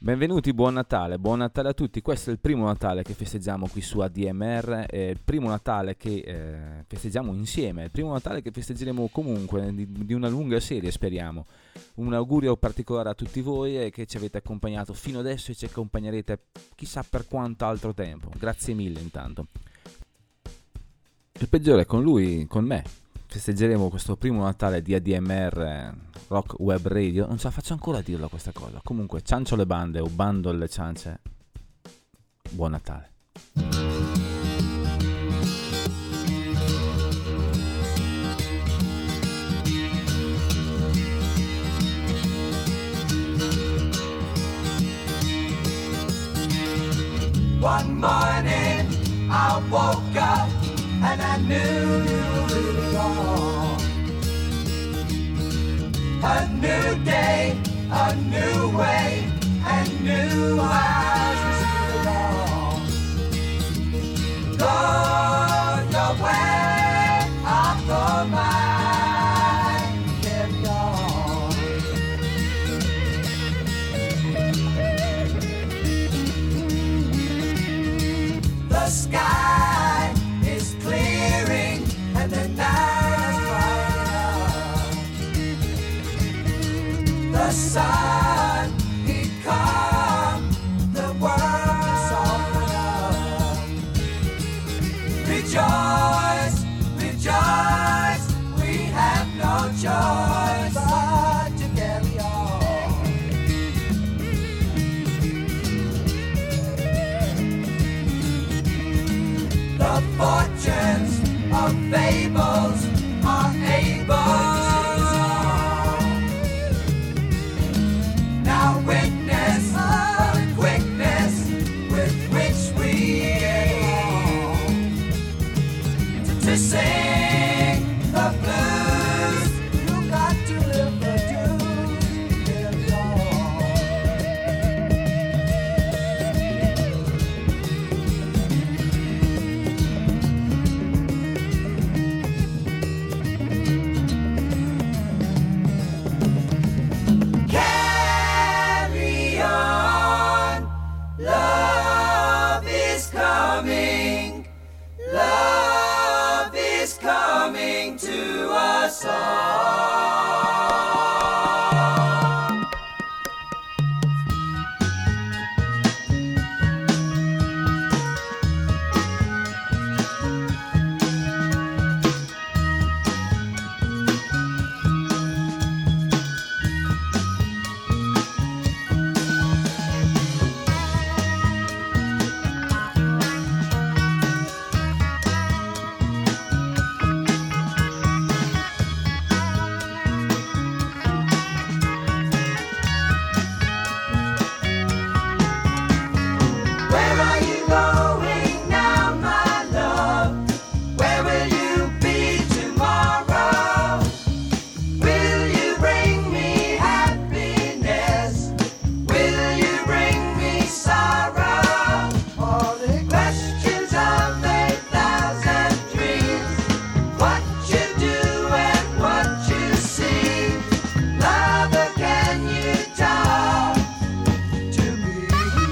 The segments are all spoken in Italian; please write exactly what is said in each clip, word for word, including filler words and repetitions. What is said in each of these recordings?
Benvenuti, buon Natale, buon Natale a tutti. Questo è il primo Natale che festeggiamo qui su A D M R, è il primo Natale che eh, festeggiamo insieme, è il primo Natale che festeggeremo comunque di, di una lunga serie, speriamo. Un augurio particolare a tutti voi e che ci avete accompagnato fino adesso e ci accompagnerete chissà per quanto altro tempo. Grazie mille intanto. Il peggiore con lui, con me. Festeggeremo questo primo Natale di A D M R Rock Web Radio. Non ce la faccio ancora a dirlo questa cosa. Comunque, ciancio le bande o bando alle ciance. Buon Natale. One morning I woke up and I knew it all. A new day, a new way, and new eyes to see it all. Go your way, I'll go mine, kept on. The sky is clearing and the night is bright. The sun, he come, the world is open up. Rejoice, rejoice, we have no choice but to carry on. The fortunes of fables are able to solve. Now witness the quickness with which we evolve. To sing the blues, you got to live the dues, carry on. Carry on, love is coming, love is coming to us all. Where are you going now, my love? Where will you be tomorrow? Will you bring me happiness? Will you bring me sorrow? All the questions of a thousand dreams. What you do and what you see. Lover, can you talk to me?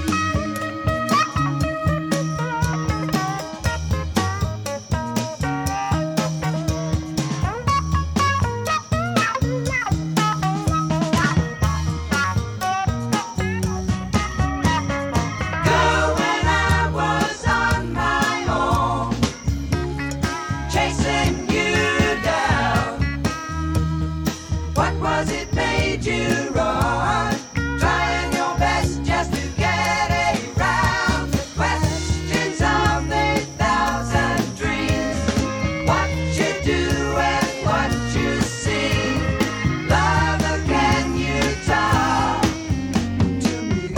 Girl, when I was on my own, chasing you down, what was it made you run? Trying your best just to get around the questions of a thousand dreams. What you do and what you see. Lover, can you talk to me?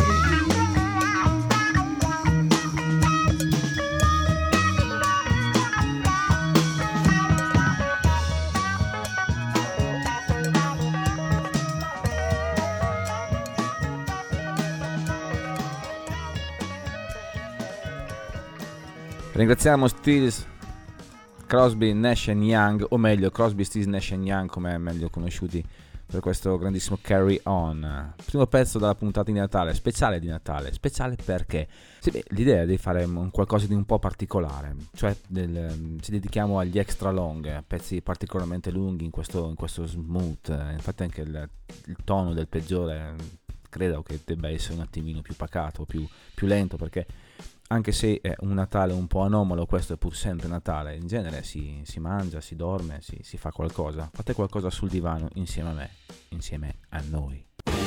Ringraziamo Stills, Crosby, Nash and Young, o meglio Crosby, Stills, Nash and Young come è meglio conosciuti per questo grandissimo Carry On, primo pezzo della puntata di Natale, speciale di Natale, speciale perché sì, beh, l'idea è di fare un qualcosa di un po' particolare, cioè del, ci dedichiamo agli extra long, pezzi particolarmente lunghi in questo, in questo smooth, infatti anche il, il tono del peggiore credo che debba essere un attimino più pacato, più, più lento, perché anche se è un Natale un po' anomalo, questo è pur sempre Natale, in genere si, si mangia, si dorme, si, si fa qualcosa, fate qualcosa sul divano insieme a me, insieme a noi.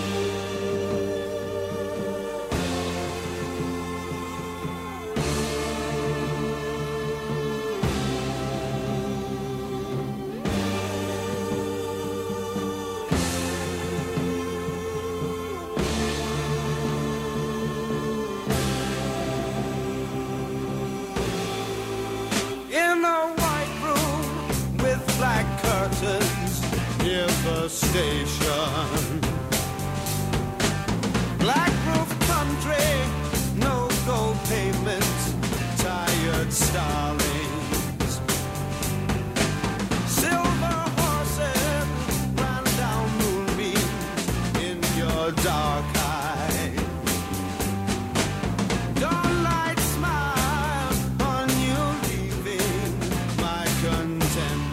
Station, black roof country, no gold pavement, tired starlings, silver horses ran down moonbeams in your dark eyes. Dawnlight smile on you, leaving my contentment.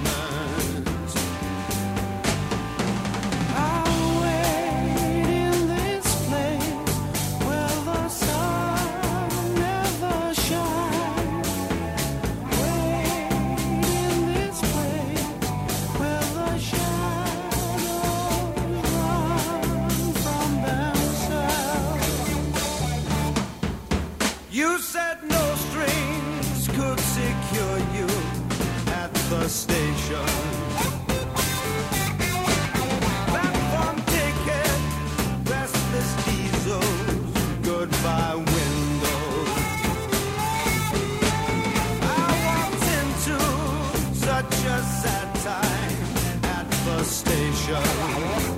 You said no strings could secure you at the station. Platform ticket, restless diesels, goodbye windows. I walked into such a sad time at the station.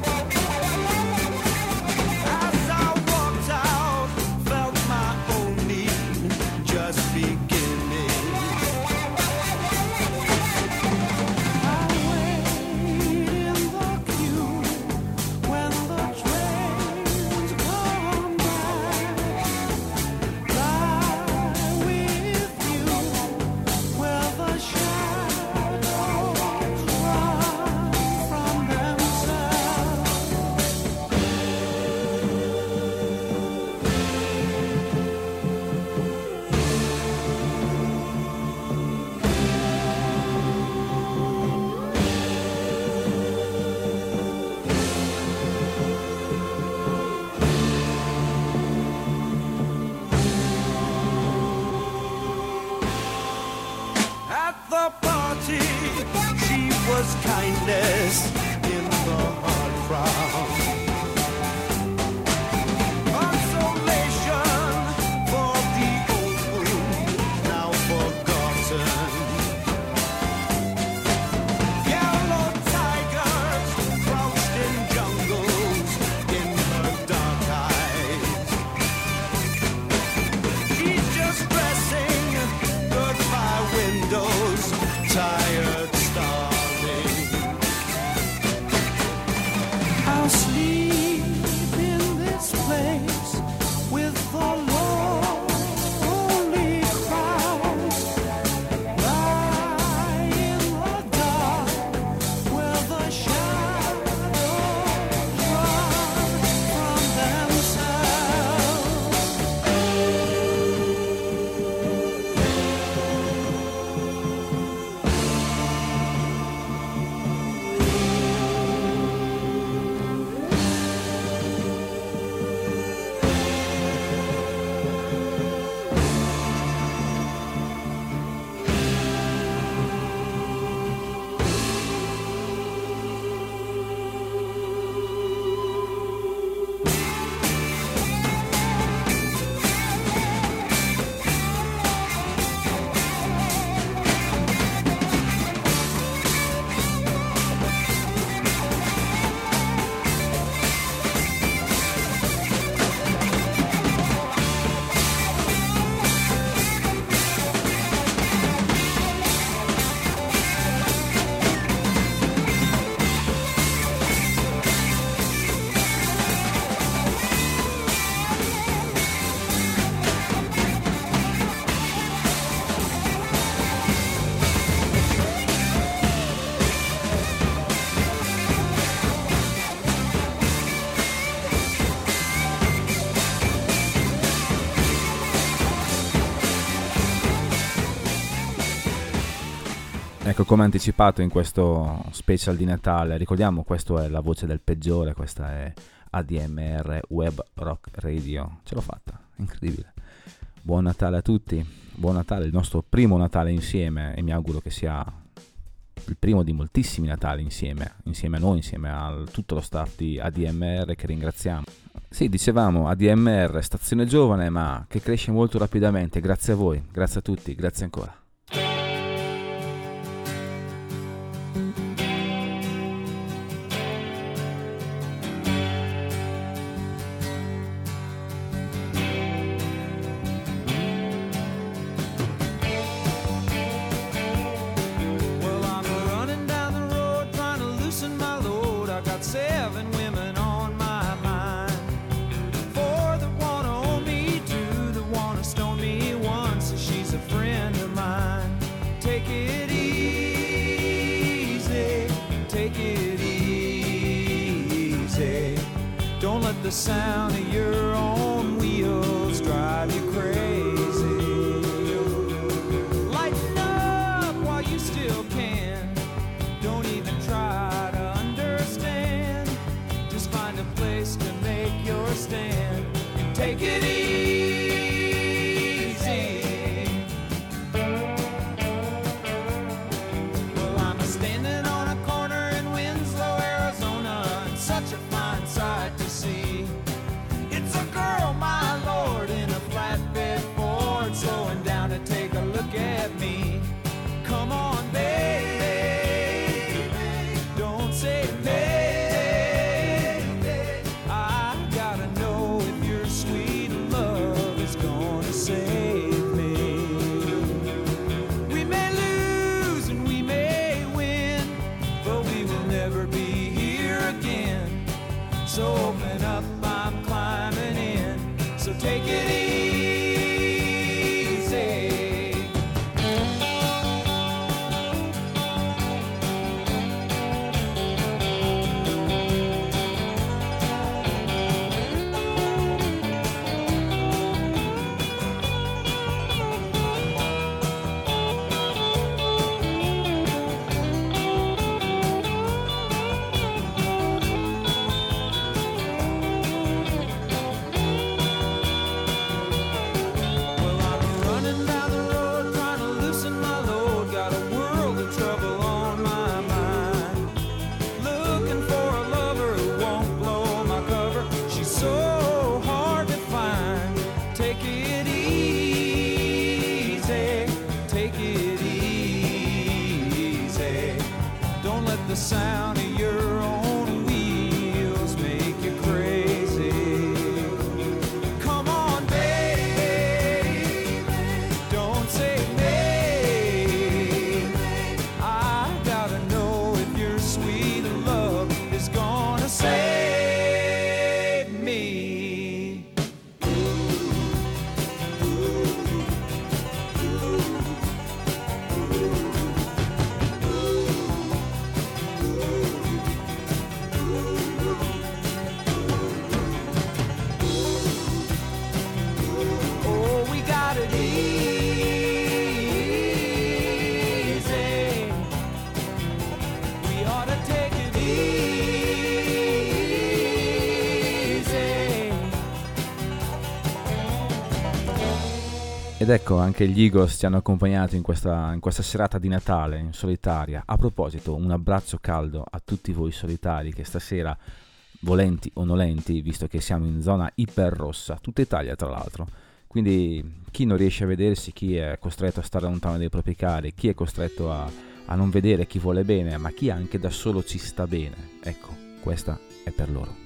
Kindness in the hard crowd, consolation for the old wound now forgotten. Yellow tigers crouched in jungles in her dark eyes. She's just dressing goodbye windows, tired stars. Ecco, come anticipato in questo special di Natale, ricordiamo, questo è La Voce del Peggiore, questa è A D M R Web Rock Radio. Ce l'ho fatta, incredibile. Buon Natale a tutti, buon Natale, il nostro primo Natale insieme, e mi auguro che sia il primo di moltissimi Natali insieme, insieme a noi, insieme a tutto lo staff di A D M R che ringraziamo. Sì, dicevamo A D M R, stazione giovane ma che cresce molto rapidamente, grazie a voi, grazie a tutti, grazie ancora. The sound of your own wheels drive you crazy. Lighten up while you still can. Don't even try to understand. Just find a place to make your stand and take it easy. Well, I'm standing on a corner in Winslow, Arizona, and such a fine sight to see. Girl, my lord, in a flatbed Ford, slowing down to take a look at me. Come on, baby, don't say baby. I gotta know if your sweet love is gonna save me. We may lose and we may win, but we will never be here again. So open up, I'm climbing in. So take it easy. The sound of your own wheels make you crazy. Come on, baby, don't say maybe. I gotta know if your sweet love is gonna save me. Ed ecco, anche gli Eagles ci hanno accompagnato in questa, in questa serata di Natale in solitaria. A proposito, un abbraccio caldo a tutti voi solitari che stasera, volenti o nolenti, visto che siamo in zona iperrossa, tutta Italia tra l'altro, quindi chi non riesce a vedersi, chi è costretto a stare lontano dai propri cari, chi è costretto a, a non vedere chi vuole bene, ma chi anche da solo ci sta bene, ecco, questa è per loro.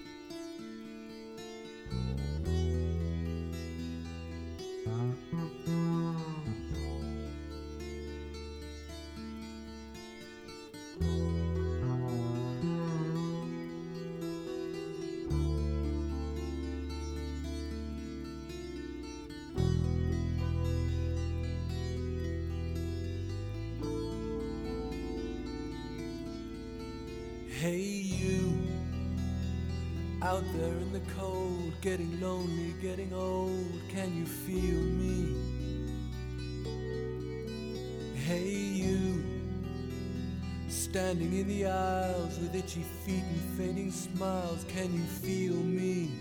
Hey you, out there in the cold, getting lonely, getting old, can you feel me? Hey you, Standing in the aisles with itchy feet and fading smiles, can you feel me?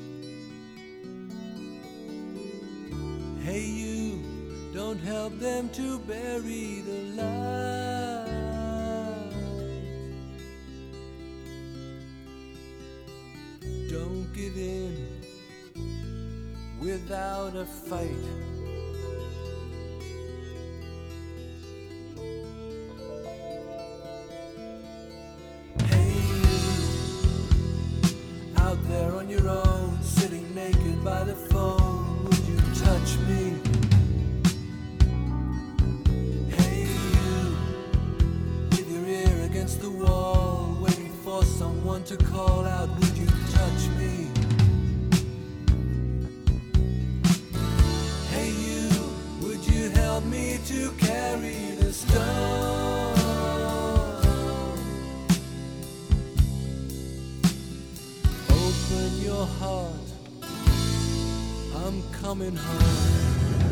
Hey you, don't help them to bury the light. Don't give in without a fight. Hey you, out there on your own, sitting naked by the phone, would you touch me? Hey you, with your ear against the wall, waiting for someone to call out, would you touch me? Hey you, would you help me to carry the stone? Open your heart, I'm coming home.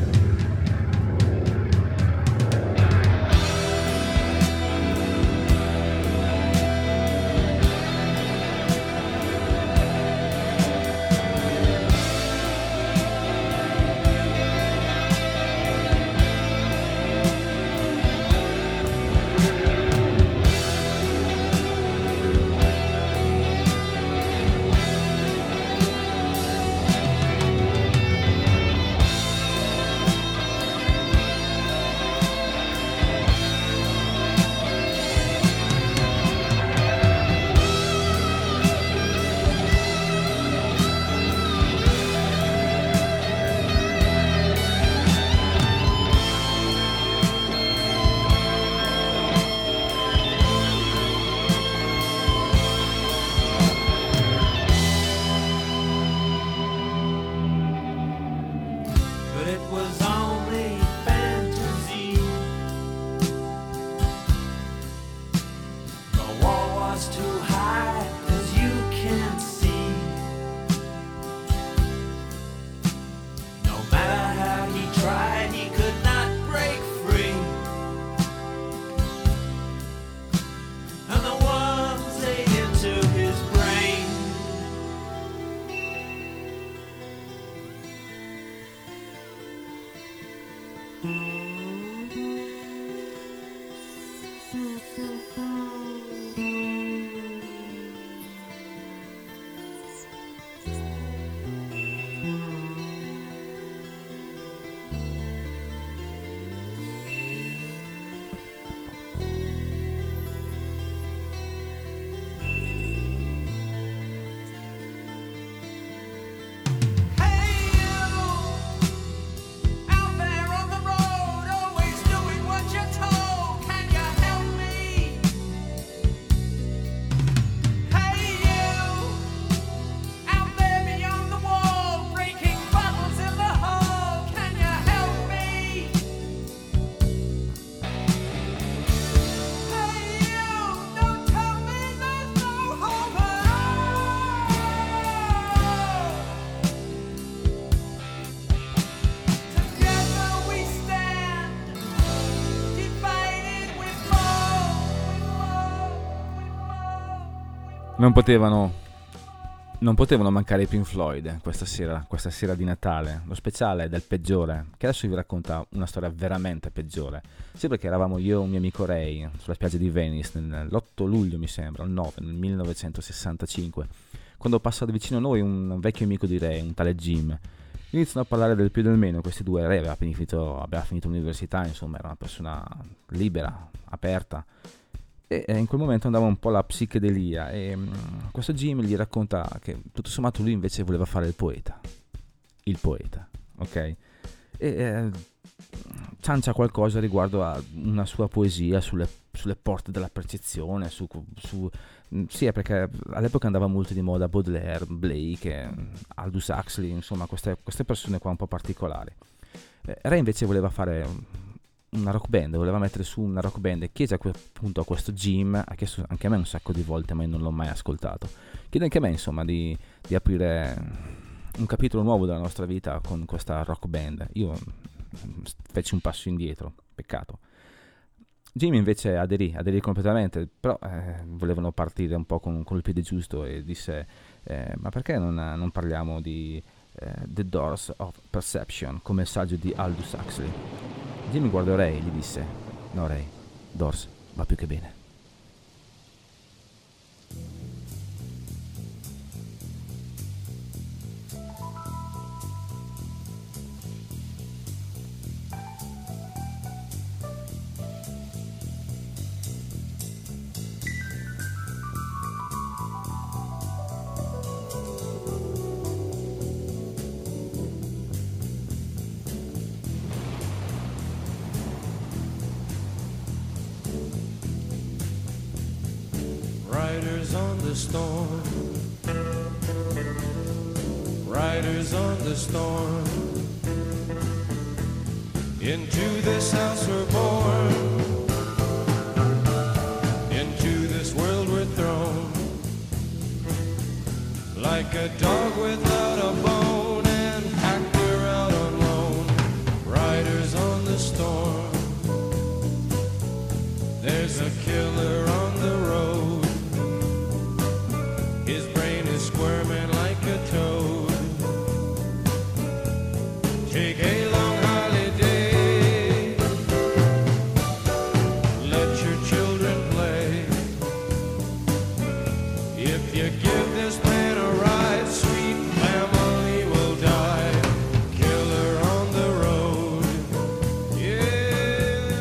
Non potevano non potevano mancare i Pink Floyd questa sera, questa sera di Natale, lo speciale del peggiore, che adesso vi racconta una storia veramente peggiore. Sì, perché eravamo io e un mio amico Ray sulla spiaggia di Venice l'otto luglio, mi sembra, il nove, nel millenovecentosessantacinque, quando passa da vicino a noi un vecchio amico di Ray, un tale Jim. Iniziano a parlare del più e del meno, questi due. Ray aveva finito, aveva finito l'università, insomma era una persona libera, aperta, e in quel momento andava un po' la psichedelia, e um, questo Jim gli racconta che tutto sommato lui invece voleva fare il poeta, il poeta, ok? E eh, ciancia qualcosa riguardo a una sua poesia sulle, sulle porte della percezione, su, su sì, perché all'epoca andava molto di moda Baudelaire, Blake, Aldous Huxley, insomma queste, queste persone qua un po' particolari. eh, Ray invece voleva fare una rock band, voleva mettere su una rock band, e chiese appunto a questo Jim, ha chiesto anche a me un sacco di volte ma io non l'ho mai ascoltato, chiede anche a me insomma di, di aprire un capitolo nuovo della nostra vita con questa rock band. Io feci un passo indietro, peccato. Jimmy invece aderì, aderì completamente, però eh, volevano partire un po' con, con il piede giusto e disse eh, ma perché non, non parliamo di eh, The Doors of Perception come il saggio di Aldous Huxley. Jimmy guardò Ray e gli disse no Ray, Doors va più che bene. Riders on the storm, riders on the storm. Into this house we're born, into this world we're thrown, like a dog without a bone and packed her out on loan. Riders on the storm, there's a killer on the road. His brain is squirming like a toad. Take a long holiday, let your children play. If you give this man a ride, sweet family will die. Killer on the road, yeah.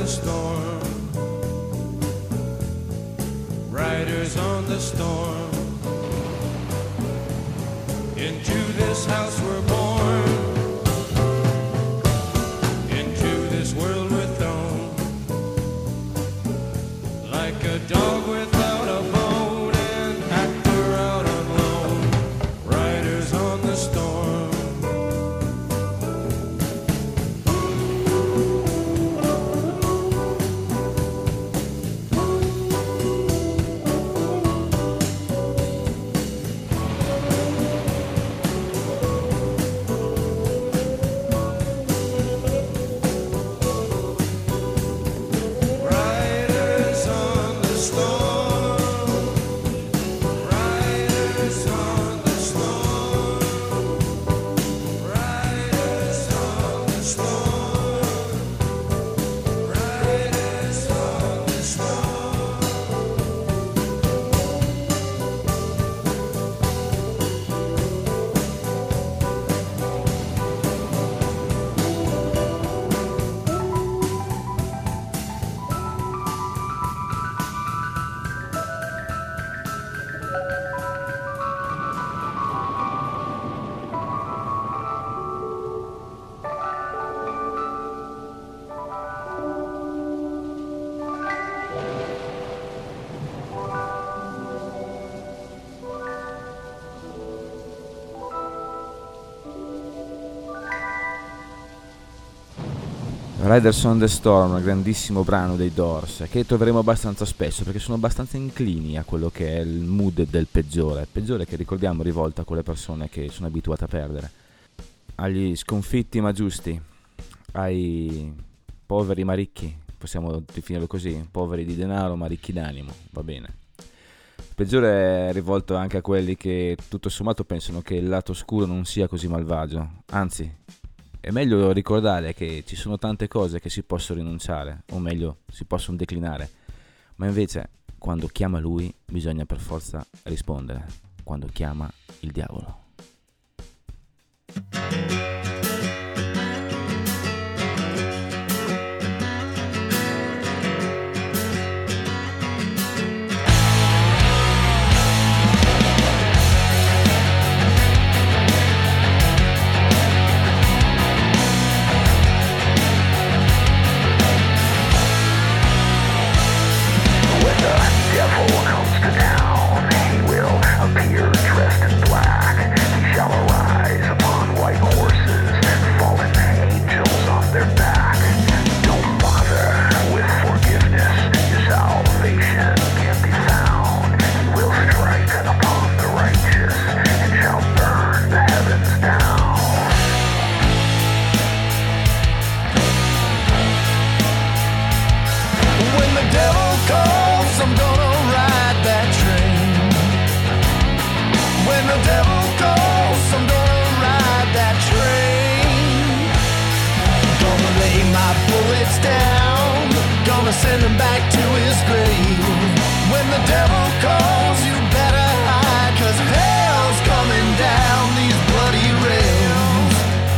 the storm. Riders on the storm. Into this house we're born. Into this world we're thrown. Like a dog without a bone, an actor out on loan. Riders on the storm. Riders on the Storm, un grandissimo brano dei Doors che troveremo abbastanza spesso perché sono abbastanza inclini a quello che è il mood del peggiore, il peggiore che ricordiamo rivolto a quelle persone che sono abituate a perdere, agli sconfitti ma giusti, ai poveri ma ricchi, possiamo definirlo così, poveri di denaro ma ricchi d'animo, va bene. Il peggiore è rivolto anche a quelli che tutto sommato pensano che il lato oscuro non sia così malvagio, anzi è meglio ricordare che ci sono tante cose che si possono rinunciare, o meglio, si possono declinare, ma invece quando chiama lui bisogna per forza rispondere, quando chiama il diavolo. Send him back to his grave. When the devil calls, you better hide, 'cause hell's coming down these bloody rails.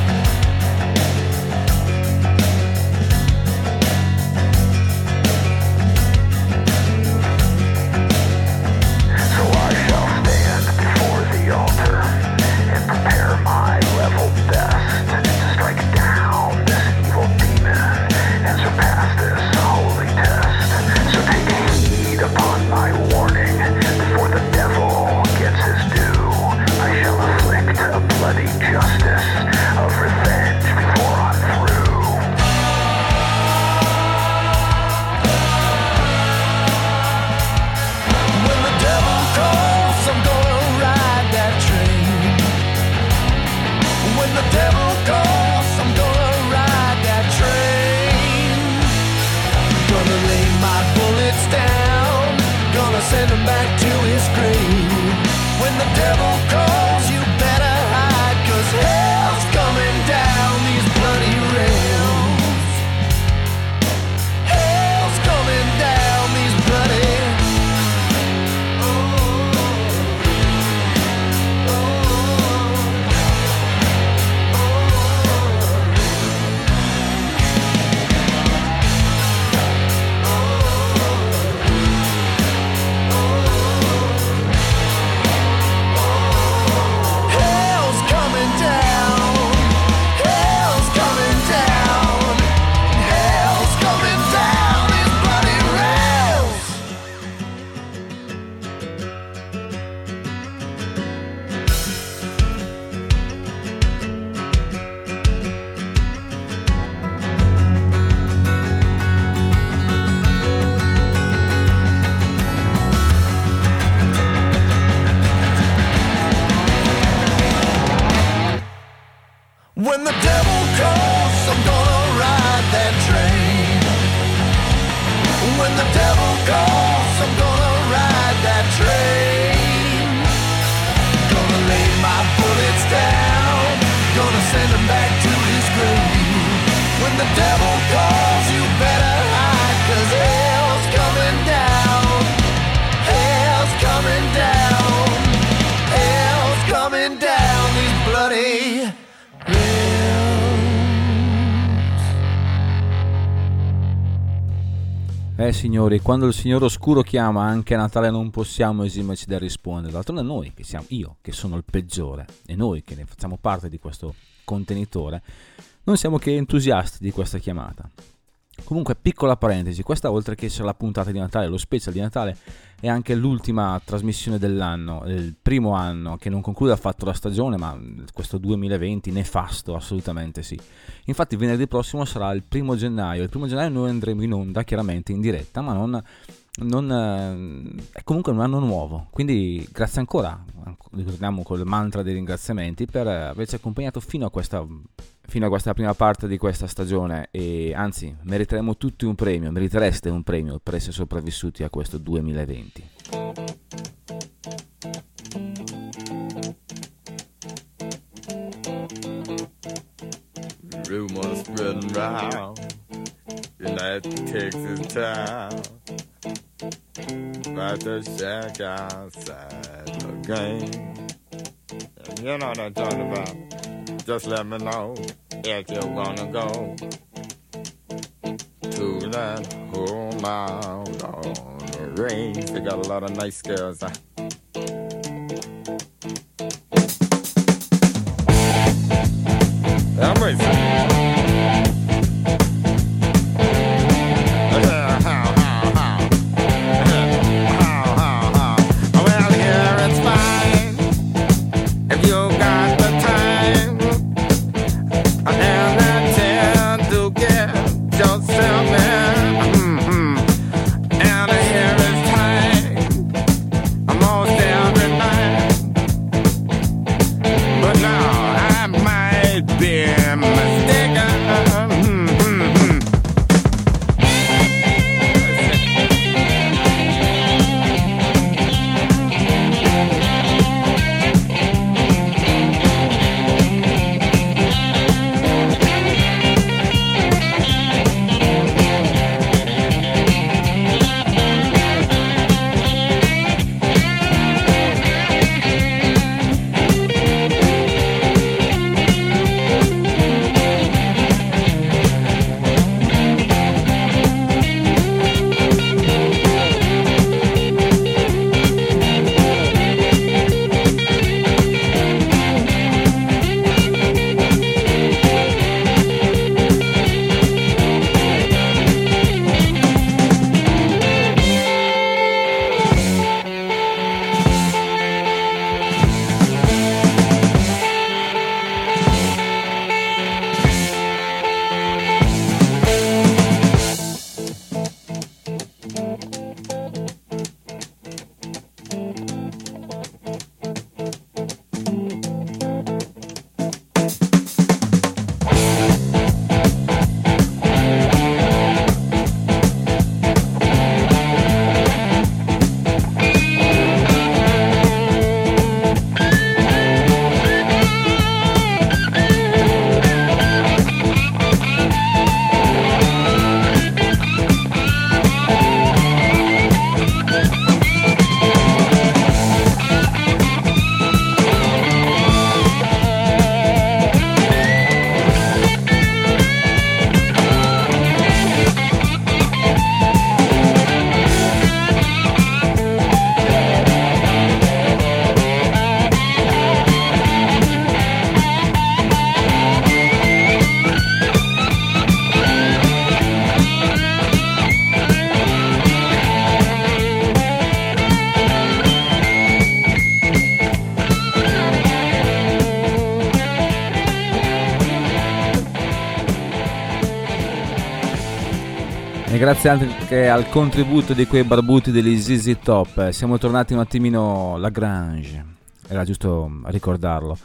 So I shall stand before the altar and prepare my level best to strike down this evil demon and surpass this holy test. So take heed upon my warning, for the the devil calls, I'm gonna ride that train. When the devil calls, I'm gonna ride that train. Gonna lay my bullets down, gonna send him back to his grave. When the devil calls, you better hide, 'cause hell's coming down. Hell's coming down. Hell's coming down these bloody Eh signori, quando il Signore Oscuro chiama, anche a Natale non possiamo esimerci dal rispondere. D'altronde noi, che siamo io, che sono il peggiore, e noi che ne facciamo parte di questo contenitore, non siamo che entusiasti di questa chiamata. Comunque, piccola parentesi, questa oltre che essere la puntata di Natale, lo special di Natale, è anche l'ultima trasmissione dell'anno, il primo anno che non conclude affatto la stagione, ma questo duemilaventi nefasto, assolutamente sì. Infatti venerdì prossimo sarà il primo gennaio, il primo gennaio noi andremo in onda chiaramente in diretta, ma non, non è comunque un anno nuovo, quindi grazie ancora, ricordiamo col mantra dei ringraziamenti per averci accompagnato fino a questa fino a questa prima parte di questa stagione, e anzi meriteremo tutti un premio, meritereste un premio per essere sopravvissuti a questo duemilaventi. Rumors spreading round in that Texas town about the shack outside the game. And you know what I'm talking about. Just let me know if you wanna go to that home out on the range. They got a lot of nice girls. Huh? I'm racing. E grazie anche al contributo di quei barbuti degli Z Z Top siamo tornati un attimino Lagrange, era giusto ricordarlo.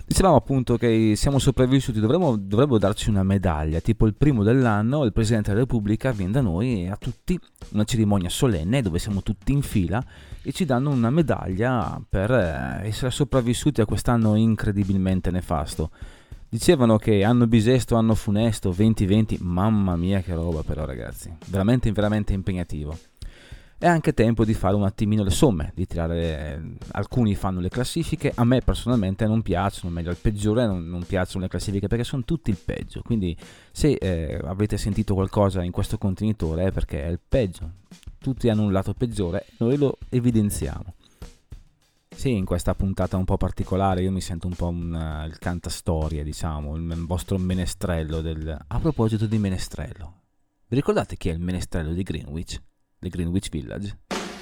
Dicevamo appunto che siamo sopravvissuti, dovremmo, dovrebbero darci una medaglia, tipo il primo dell'anno il Presidente della Repubblica viene da noi e a tutti una cerimonia solenne dove siamo tutti in fila e ci danno una medaglia per essere sopravvissuti a quest'anno incredibilmente nefasto. Dicevano che anno bisesto, anno funesto, venti venti, mamma mia che roba però ragazzi, veramente veramente impegnativo. È anche tempo di fare un attimino le somme, di tirare. Alcuni fanno le classifiche, a me personalmente non piacciono, meglio il peggiore, non, non piacciono le classifiche perché sono tutti il peggio, quindi se eh, avete sentito qualcosa in questo contenitore è perché è il peggio, tutti hanno un lato peggiore, noi lo evidenziamo. Sì, in questa puntata un po' particolare io mi sento un po' un, uh, il cantastorie, diciamo, il, il vostro menestrello del... A proposito di menestrello, vi ricordate chi è il menestrello di Greenwich? The Greenwich Village.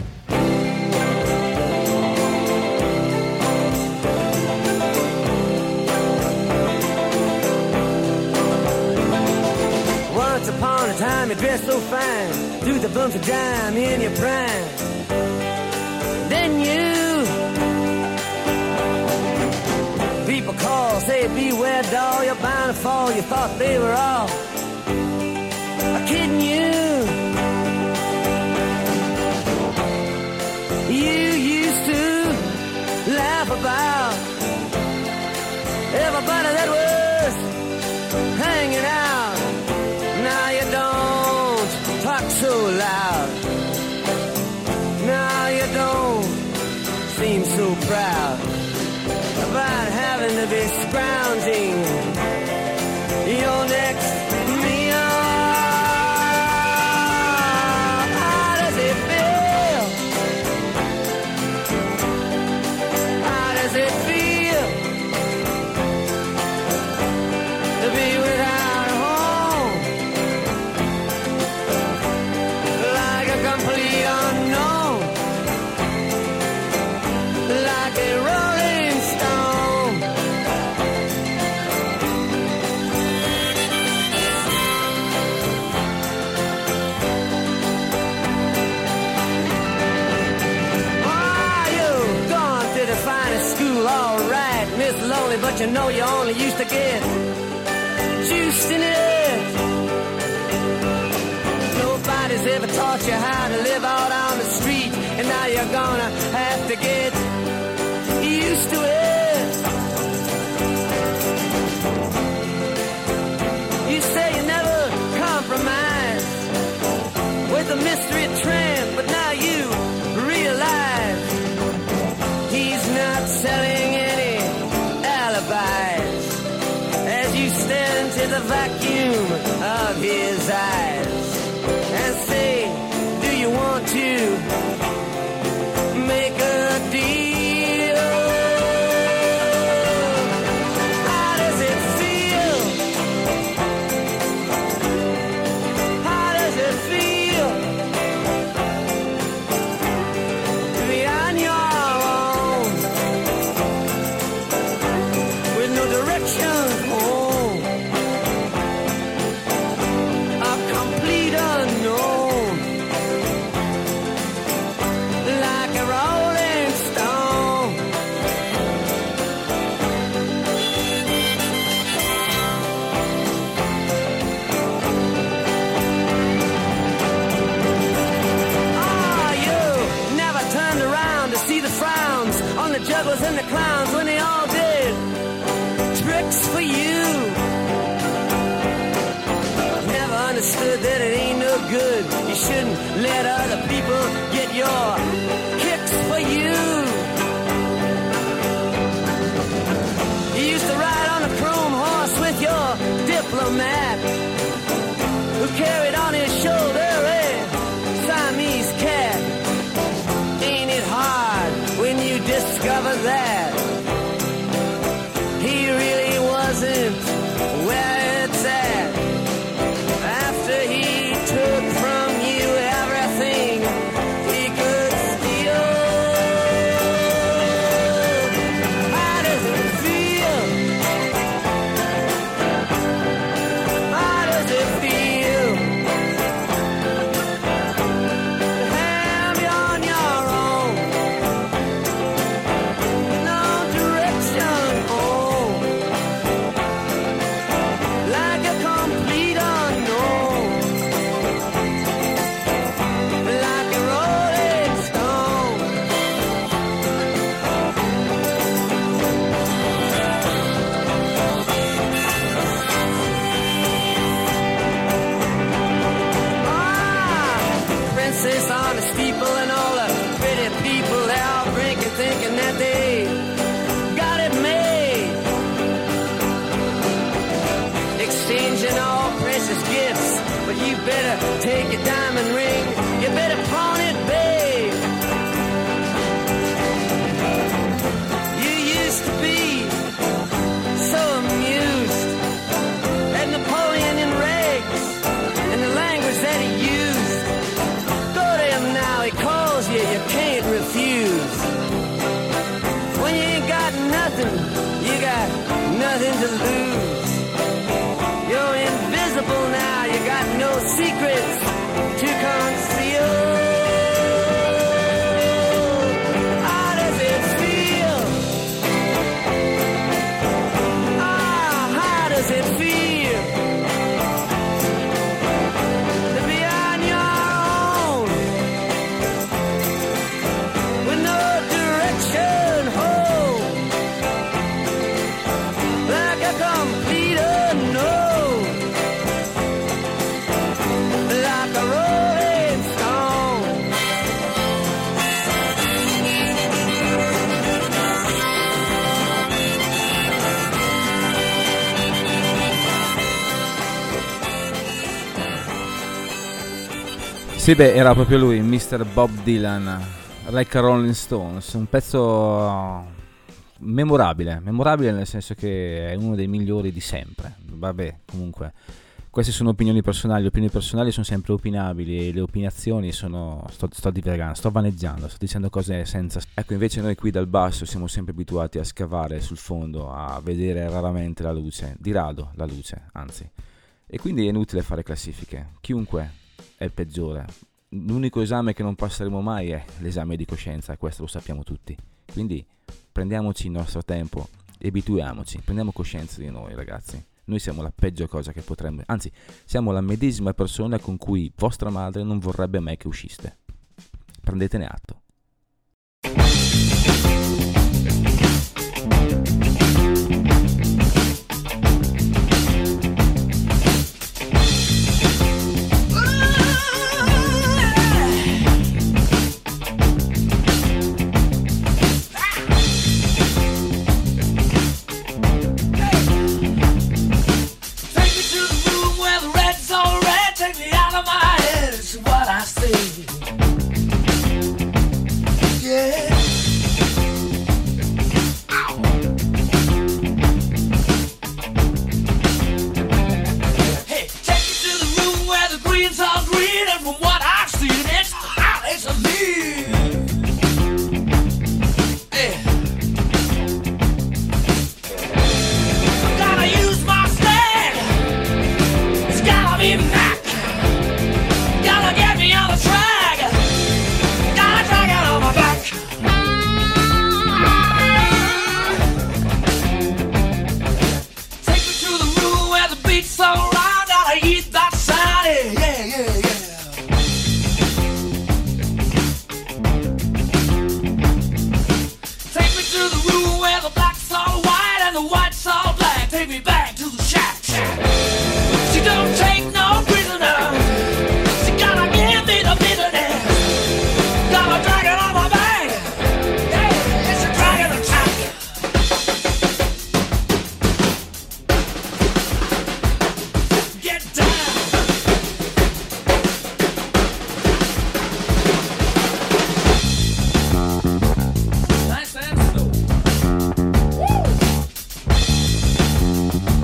Once upon a time you dressed so fine, threw the bumps of dime in your prime. Then you people call, say beware doll, you're bound to fall. You thought they were all kidding you. You used to laugh about everybody that was hanging out. Now you don't talk so loud. Now you don't seem so proud about having to be scrounging your next meal. How does it feel? How does it feel to be without a home? Like a complete unknown, like a rolling stone. Oh, you've gone to the finest school, all right, Miss Lonely, but you know you only used to get juiced in it. Nobody's ever taught you how to live out on the street, and now you're gonna have to get used to it. You say you never compromise with a mystery tramp, but now you realize he's not selling any alibis as you stare into the vacuum of his eyes and say, do you want to make a deal? How does it feel? How does it feel to be on your own with no direction home? A complete unknown, like a rolling stone. Ah, you never turned around to see the frowns on the jugglers and the clowns when they all did tricks for you. Never understood that it ain't no good. You shouldn't let other people get your kicks for you. You used to ride on a chrome horse with your diplomat, who carried on his shoulder a Siamese cat. Ain't it hard when you discover that he really wasn't where it's at? After he took from you everything he could steal. How does it feel? How does it feel to have you on your own? No but you better take your diamond ring. You better pawn it, babe. You used to be so amused at Napoleon in rags and the language that he used. Go to him now, he calls you, you can't refuse. When you ain't got nothing, you got nothing to lose. You're invisible now, you got no secrets to conceal. How does it feel? Ah, how does it feel to be on your own with no direction home, like a complete unknown, like a rolling stone? Sì, beh, era proprio lui, mister Bob Dylan, Like a Rolling Stones, un pezzo memorabile, memorabile nel senso che è uno dei migliori di sempre. Vabbè, comunque, queste sono opinioni personali, le opinioni personali sono sempre opinabili e le opiniazioni sono, sto, sto divagando, sto vaneggiando, sto dicendo cose senza... Ecco, invece noi qui dal basso siamo sempre abituati a scavare sul fondo, a vedere raramente la luce, di rado la luce, anzi. E quindi è inutile fare classifiche, chiunque è il peggiore. L'unico esame che non passeremo mai è l'esame di coscienza, e questo lo sappiamo tutti. Quindi prendiamoci il nostro tempo e abituiamoci, prendiamo coscienza di noi, ragazzi. Noi siamo la peggio cosa che potremmo, anzi siamo la medesima persona con cui vostra madre non vorrebbe mai che usciste. Prendetene atto. Take me to the room where the red's all red. Take me out of my head. It's what I see. Yeah. Ow. Hey, take me to the room where the green's all green, and from what I've seen, it's hot as a leaf. Yeah. I gotta use my stand. It's gotta be Mac. Gotta get me on the track. Gotta drag it on my back. Take me to the room where the beat's so loud. Gotta eat that sound. Yeah, yeah, yeah, yeah. Take me to the room where the black's all white and the white's all black. Take me back to the shack. She don't take no prisoner. She gotta give me the bitterness. Gotta drag it on my back. Yeah, it's a dragon attack. Get down. Nice and slow. Woo!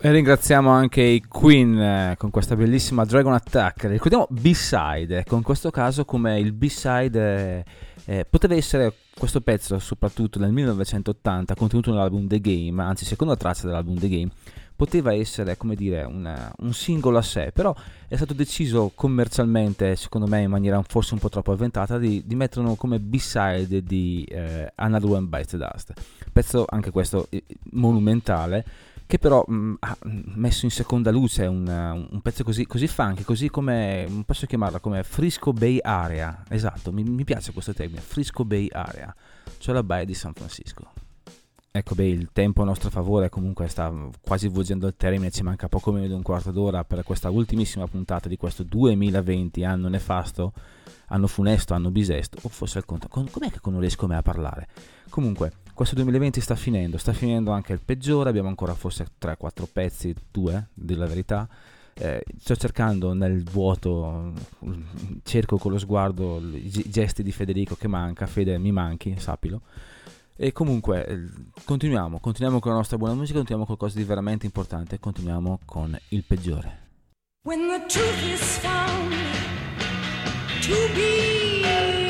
E ringraziamo anche i Queen eh, con questa bellissima Dragon Attack. Ricordiamo B-side, ecco, in questo caso come il B-side eh, eh, poteva essere questo pezzo, soprattutto nel millenovecentottanta, contenuto nell'album The Game, anzi seconda traccia dell'album The Game, poteva essere, come dire, una, un singolo a sé, però è stato deciso commercialmente, secondo me in maniera forse un po' troppo avventata, di, di metterlo come B-side di eh, Another One Bites the Dust, pezzo anche questo eh, monumentale, che però mh, ha messo in seconda luce un, un pezzo così, così funky, così come, posso chiamarla come Frisco Bay Area, esatto, mi, mi piace questo termine, Frisco Bay Area, cioè la baia di San Francisco. Ecco, beh, il tempo a nostro favore comunque sta quasi volgendo al termine, ci manca poco meno di un quarto d'ora per questa ultimissima puntata di questo duemilaventi, anno nefasto, anno funesto, anno bisesto, o forse al contrario, com'è che non riesco mai a parlare? Comunque, questo duemilaventi sta finendo, sta finendo anche il peggiore, abbiamo ancora forse tre quattro pezzi, due, di la verità. Eh, sto cercando nel vuoto, cerco con lo sguardo i gesti di Federico che manca, Fede mi manchi, sappilo. E comunque eh, continuiamo, continuiamo con la nostra buona musica, continuiamo con qualcosa di veramente importante, continuiamo con il peggiore. When the truth is found to be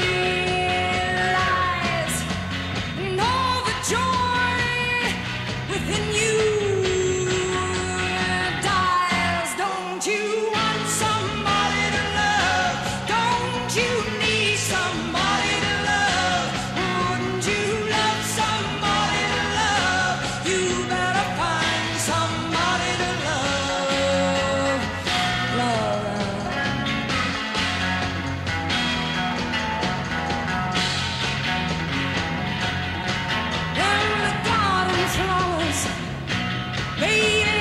lies, and all the joy within you dies. Don't you want somebody to love? Don't you need somebody to love? Wouldn't you love somebody to love? You better find somebody to love. Love, love. When the garden flowers, baby,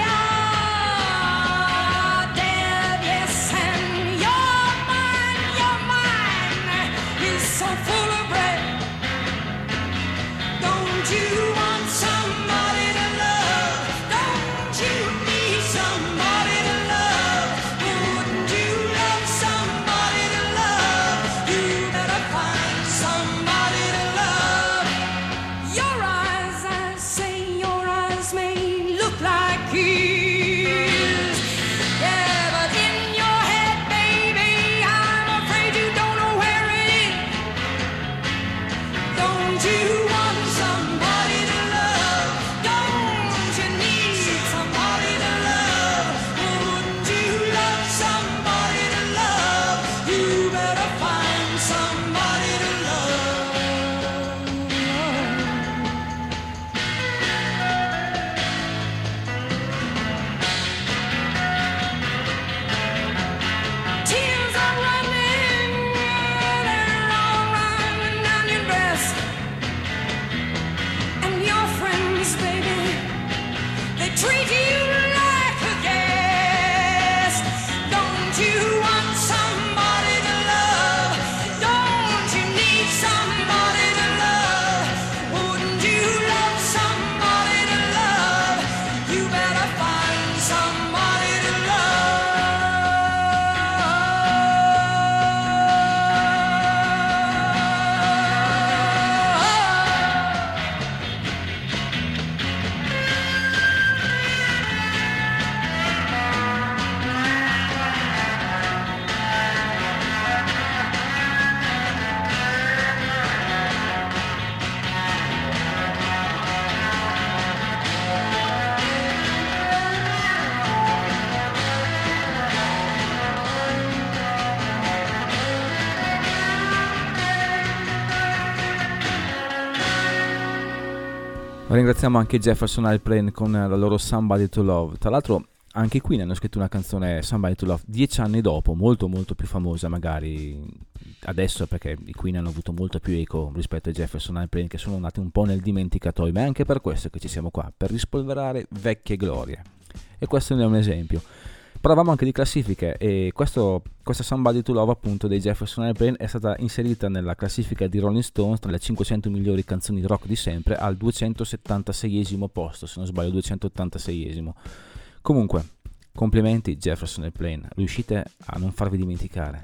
are dead, yes, and your mind, your mind is so full of bread. Don't you want somebody to love? Don't you need somebody to love? Wouldn't you love somebody to love? You better find somebody to love. Your eyes, I say, your eyes may look like his. Yeah, but in your head, baby, I'm afraid you don't know where it is. Don't you want somebody to love? Don't you need somebody to love? Wouldn't you love somebody to love? You better find somebody to love. Tears are running, they're all running down your breast. And your friends, baby, they treat you like a guest. Don't you want somebody to love? Don't you need somebody to love? Wouldn't you love somebody to love? You better find somebody to love. Ringraziamo anche Jefferson Airplane con la loro Somebody to Love. Tra l'altro anche qui ne hanno scritto una canzone, Somebody to Love, dieci anni dopo, molto molto più famosa magari adesso, perché i Queen hanno avuto molto più eco rispetto ai Jefferson Airplane, che sono andati un po' nel dimenticatoio, ma è anche per questo che ci siamo qua, per rispolverare vecchie glorie. E questo ne è un esempio. Parlavamo anche di classifiche e questo, questa Somebody to Love appunto dei Jefferson Airplane è stata inserita nella classifica di Rolling Stones tra le cinquecento migliori canzoni rock di sempre al duecentosettantaseiesimo posto, se non sbaglio duecentottantaseiesimo. Comunque, complimenti Jefferson Airplane, riuscite a non farvi dimenticare.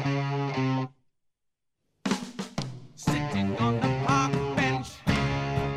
Sitting on the park bench,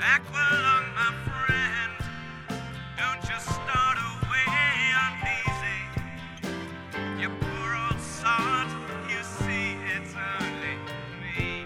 Aqualung, my friend, don't just start away uneasy. You poor old sod, you see it's only me.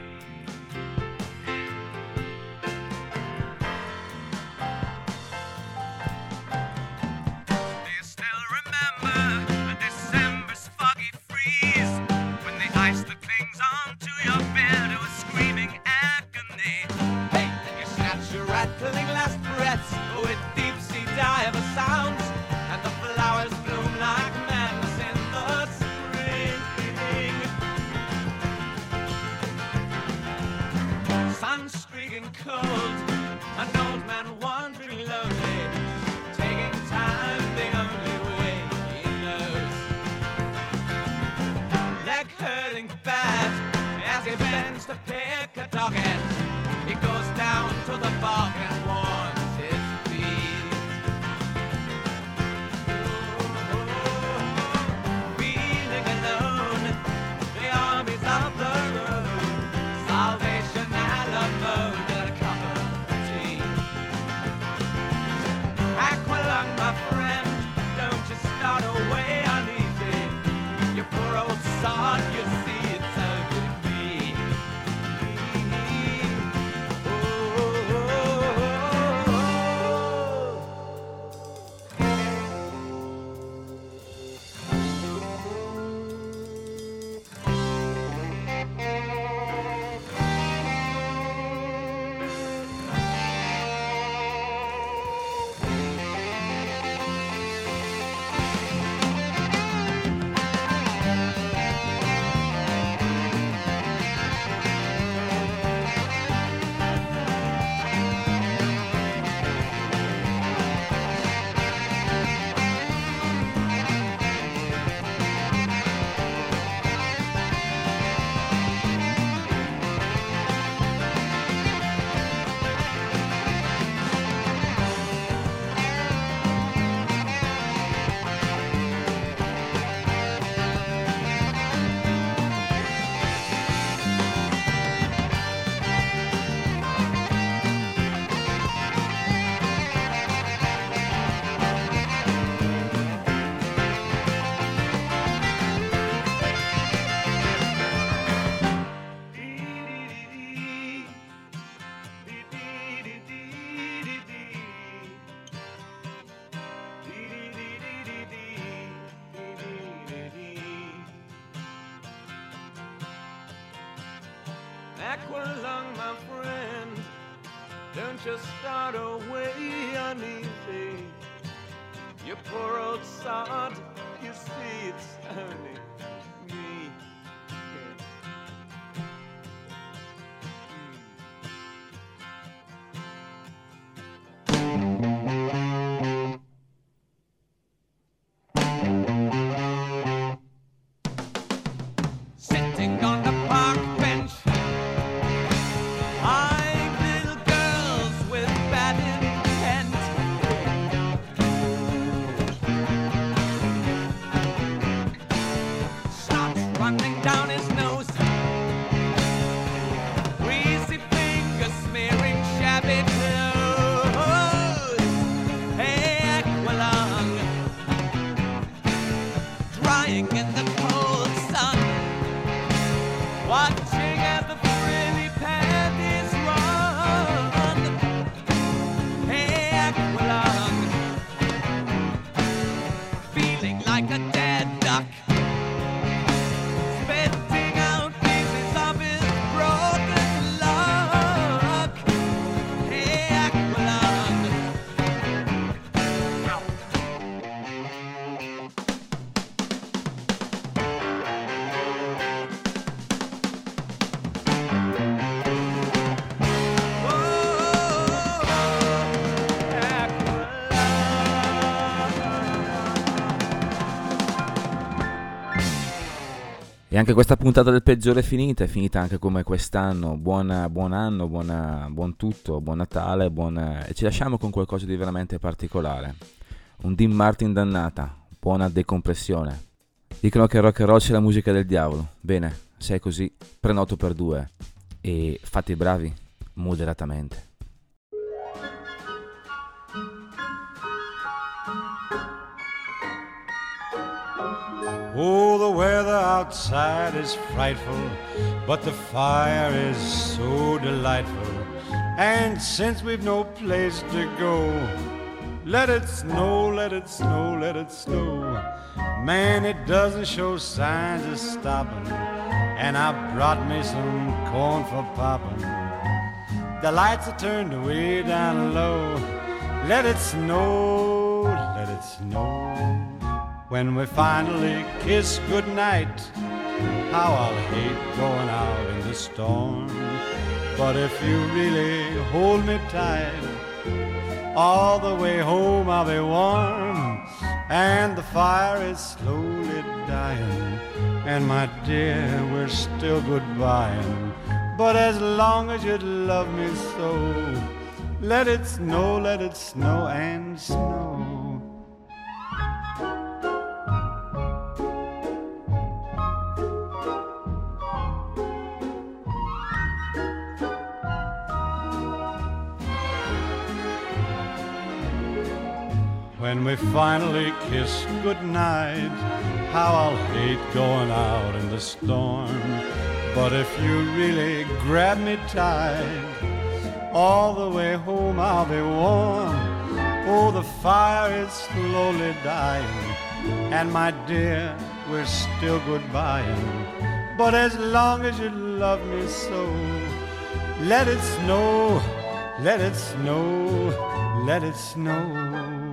Do you still remember a December's foggy freeze when the ice that clings onto your bed was screaming agony? Hey, and you snatch your rattling last breaths with deep sea diver sounds, and the flowers bloom like madness in the spring. Sun streaking cold, an old man wandering lonely, taking time the only way he knows. Leg hurting bad as he bends to pick a docket. He goes down to the bog and warms his feet. Feeling alone, the armies of the road, Salvation Alamo, got a cup of tea. Aqualung, my friend, don't you start away uneasy. You poor old sod, you see it's ugly me. Aqualung, my friend, don't just start away uneasy. You poor old sod, you see it's only me. Sitting on the park bench, eyeing little girls with bad intent. Starts running down his nose, greasy fingers smearing shabby clothes. Hey, Aqualung, drying in the cold sun, watching as the frilly panties run. Hey, Aqualung, feeling like a dead duck, spitting out pieces of his broken luck. Hey, Aqualung, E anche questa puntata del peggiore è finita, è finita anche come quest'anno. Buona, buon anno, buona, buon tutto, buon Natale, buon... e ci lasciamo con qualcosa di veramente particolare. Un Dean Martin dannata, buona decompressione. Dicono che rock and roll c'è la musica del diavolo. Bene, se è così, prenoto per due e fate i bravi moderatamente. Oh, the weather outside is frightful, but the fire is so delightful. And since we've no place to go, let it snow, let it snow, let it snow. Man, it doesn't show signs of stopping, and I brought me some corn for popping. The lights are turned way down low. Let it snow, let it snow. When we finally kiss goodnight, how I'll hate going out in the storm. But if you really hold me tight, all the way home I'll be warm. And the fire is slowly dying, and my dear, we're still goodbying. But as long as you love me so, let it snow, let it snow and snow. When we finally kiss goodnight, how I'll hate going out in the storm. But if you really grab me tight, all the way home I'll be warm. Oh, the fire is slowly dying, and my dear, we're still goodbying. But as long as you love me so, let it snow, let it snow, let it snow.